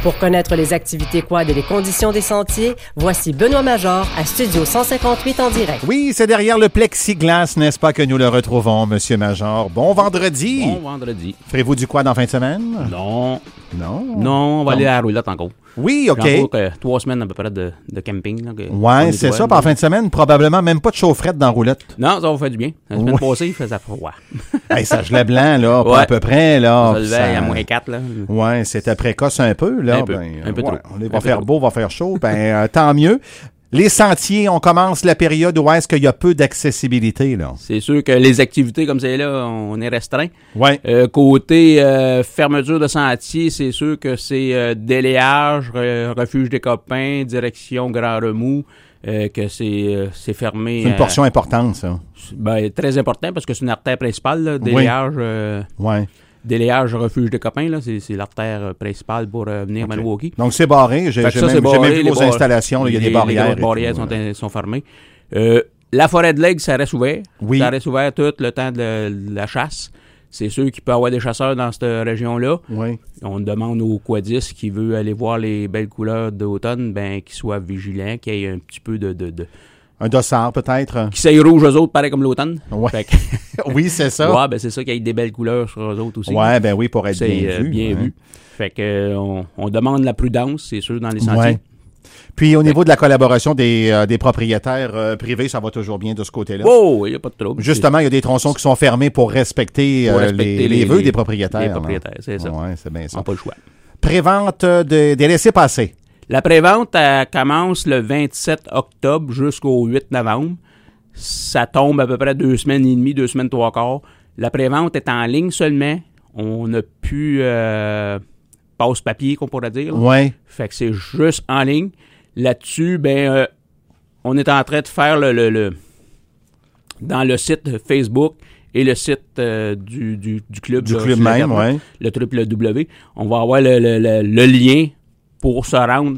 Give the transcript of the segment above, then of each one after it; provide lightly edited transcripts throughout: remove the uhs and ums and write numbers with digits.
Pour connaître les activités quad et les conditions des sentiers, voici Benoît Major à Studio 158 en direct. Oui, c'est derrière le plexiglas, n'est-ce pas, que nous le retrouvons, Monsieur Major. Bon vendredi. Bon vendredi. Ferez-vous du quad en fin de semaine? Non. Non? Non, on va aller à la roulotte encore. Oui, OK. J'ai encore 3 semaines à peu près de camping. Là, ouais, c'est ça. Puis en fin de semaine, probablement même pas de chaufferette dans la roulotte. Non, ça va faire du bien. La semaine passée, il faisait froid. Hey, ça gelait blanc, là, pas à peu près, là. Ça levait à moins 4, là. Ouais, c'était précoce un peu, là. Un peu trop. On va faire beau, va faire chaud. Tant mieux. Les sentiers, on commence la période où est-ce qu'il y a peu d'accessibilité, là? C'est sûr que les activités comme c'est là, on est restreint. Ouais. Côté fermeture de sentiers, c'est sûr que c'est délayage, refuge des copains, direction Grand Remous, que c'est fermé. C'est une portion importante, ça. Très important parce que c'est une artère principale, là, délayage. Ouais. Délayage refuge de copains, là, c'est l'artère principale pour venir à Milwaukee. Donc c'est barré. J'ai même vu vos installations, il y a des barrières. Les barrières sont fermées. La forêt de l'Aigle, ça reste ouvert. Oui. Ça reste ouvert tout le temps de la chasse. C'est sûr qu'il peut y avoir des chasseurs dans cette région-là. Oui. On demande aux quadistes qui veut aller voir les belles couleurs d'automne, qu'ils soient vigilants, qu'il y ait un petit peu un dossard, peut-être. Qui s'aille rouge eux autres, pareil comme l'automne. Ouais. Oui, c'est ça. Ouais, c'est ça, qu'il y ait des belles couleurs sur eux autres aussi. Ouais, oui, pour être bien vu. Fait que on demande la prudence, c'est sûr, dans les sentiers. Ouais. Puis au niveau de la collaboration des propriétaires privés, ça va toujours bien de ce côté-là. Oh, il n'y a pas de trouble. Justement, il y a des tronçons qui sont fermés pour respecter les vœux des propriétaires. Les propriétaires, c'est ça. Ouais, c'est bien ça. On n'a pas le choix. Prévente des laissez-passer. La prévente, elle commence le 27 octobre jusqu'au 8 novembre. Ça tombe à peu près 2 semaines et demie, 2 semaines, 3/4. La prévente est en ligne seulement. On n'a plus passe-papier, qu'on pourrait dire. Oui. Fait que c'est juste en ligne. Là-dessus, on est en train de faire dans le site Facebook et le site du club. Du club même, oui. Le www. On va avoir le lien pour se rendre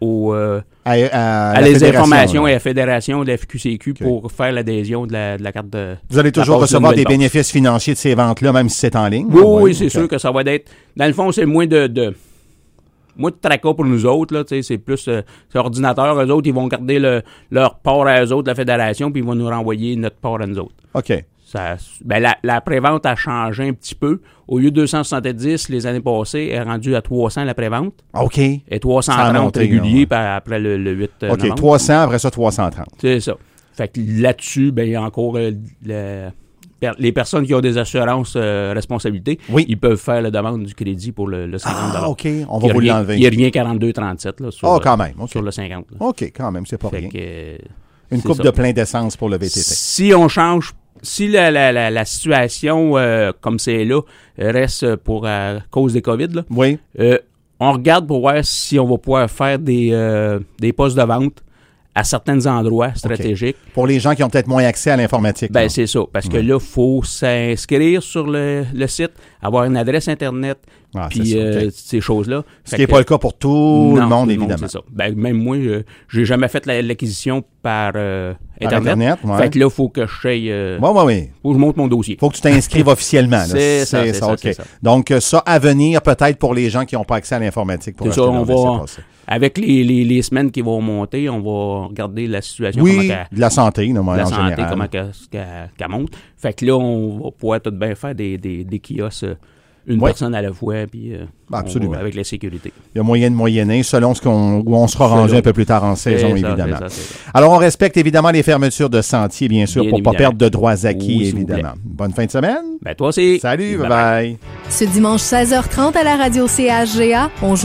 à les informations et à la fédération de la FQCQ pour faire l'adhésion de la carte de... Vous allez toujours recevoir des bénéfices financiers de ces ventes-là, même si c'est en ligne? Oui, c'est sûr que ça va être... Dans le fond, c'est moins de tracas pour nous autres, là, c'est plus c'est ordinateur. Eux autres, ils vont garder leur part à eux autres, la fédération, puis ils vont nous renvoyer notre part à nous autres. OK. La prévente a changé un petit peu. Au lieu de 270 les années passées, elle est rendue à 300 la prévente. OK. Et 330 réguliers après le 8 novembre. OK, 300, après ça, 330. C'est ça. Fait que là-dessus, il y a encore les personnes qui ont des assurances responsabilité, ils peuvent faire la demande du crédit pour le 50 $. Ah, OK. On va vous l'enlever. Il n'y a rien 42,37 là, sur, quand même. Okay. Sur le 50. Là. OK, quand même, c'est pas rien. Une coupe ça. de plein d'essence pour le VTT. Si on change... Si la situation, comme c'est là, reste pour cause des COVID, là, on regarde pour voir si on va pouvoir faire des postes de vente à certains endroits stratégiques. Okay. Pour les gens qui ont peut-être moins accès à l'informatique. C'est ça. Parce que là, il faut s'inscrire sur le site, avoir une adresse Internet, puis ces choses-là. Ce qui n'est pas le cas pour tout le monde, évidemment. C'est ça. Même moi, j'ai jamais fait l'acquisition par Internet. Ouais. Fait que là, il faut que je fasse... Faut que je monte mon dossier. Il faut que tu t'inscrives officiellement. Là. C'est ça. Donc, ça, à venir, peut-être pour les gens qui n'ont pas accès à l'informatique. Pour c'est ça, on va... Avec les semaines qui vont monter, on va regarder la situation. Oui, de la santé, en santé, général. Comment qu'elle monte. Fait que là, on va pouvoir tout bien faire des kiosques, une personne à la fois, puis absolument. Avec la sécurité. Il y a moyen de moyenner selon où on sera rendu un peu plus tard en saison, évidemment. C'est ça. Alors, on respecte évidemment les fermetures de sentiers, bien sûr, pour ne pas perdre de droits acquis, évidemment. Bonne fin de semaine. Toi aussi. Salut, bye-bye. Ce dimanche 16h30 à la radio CHGA, on joue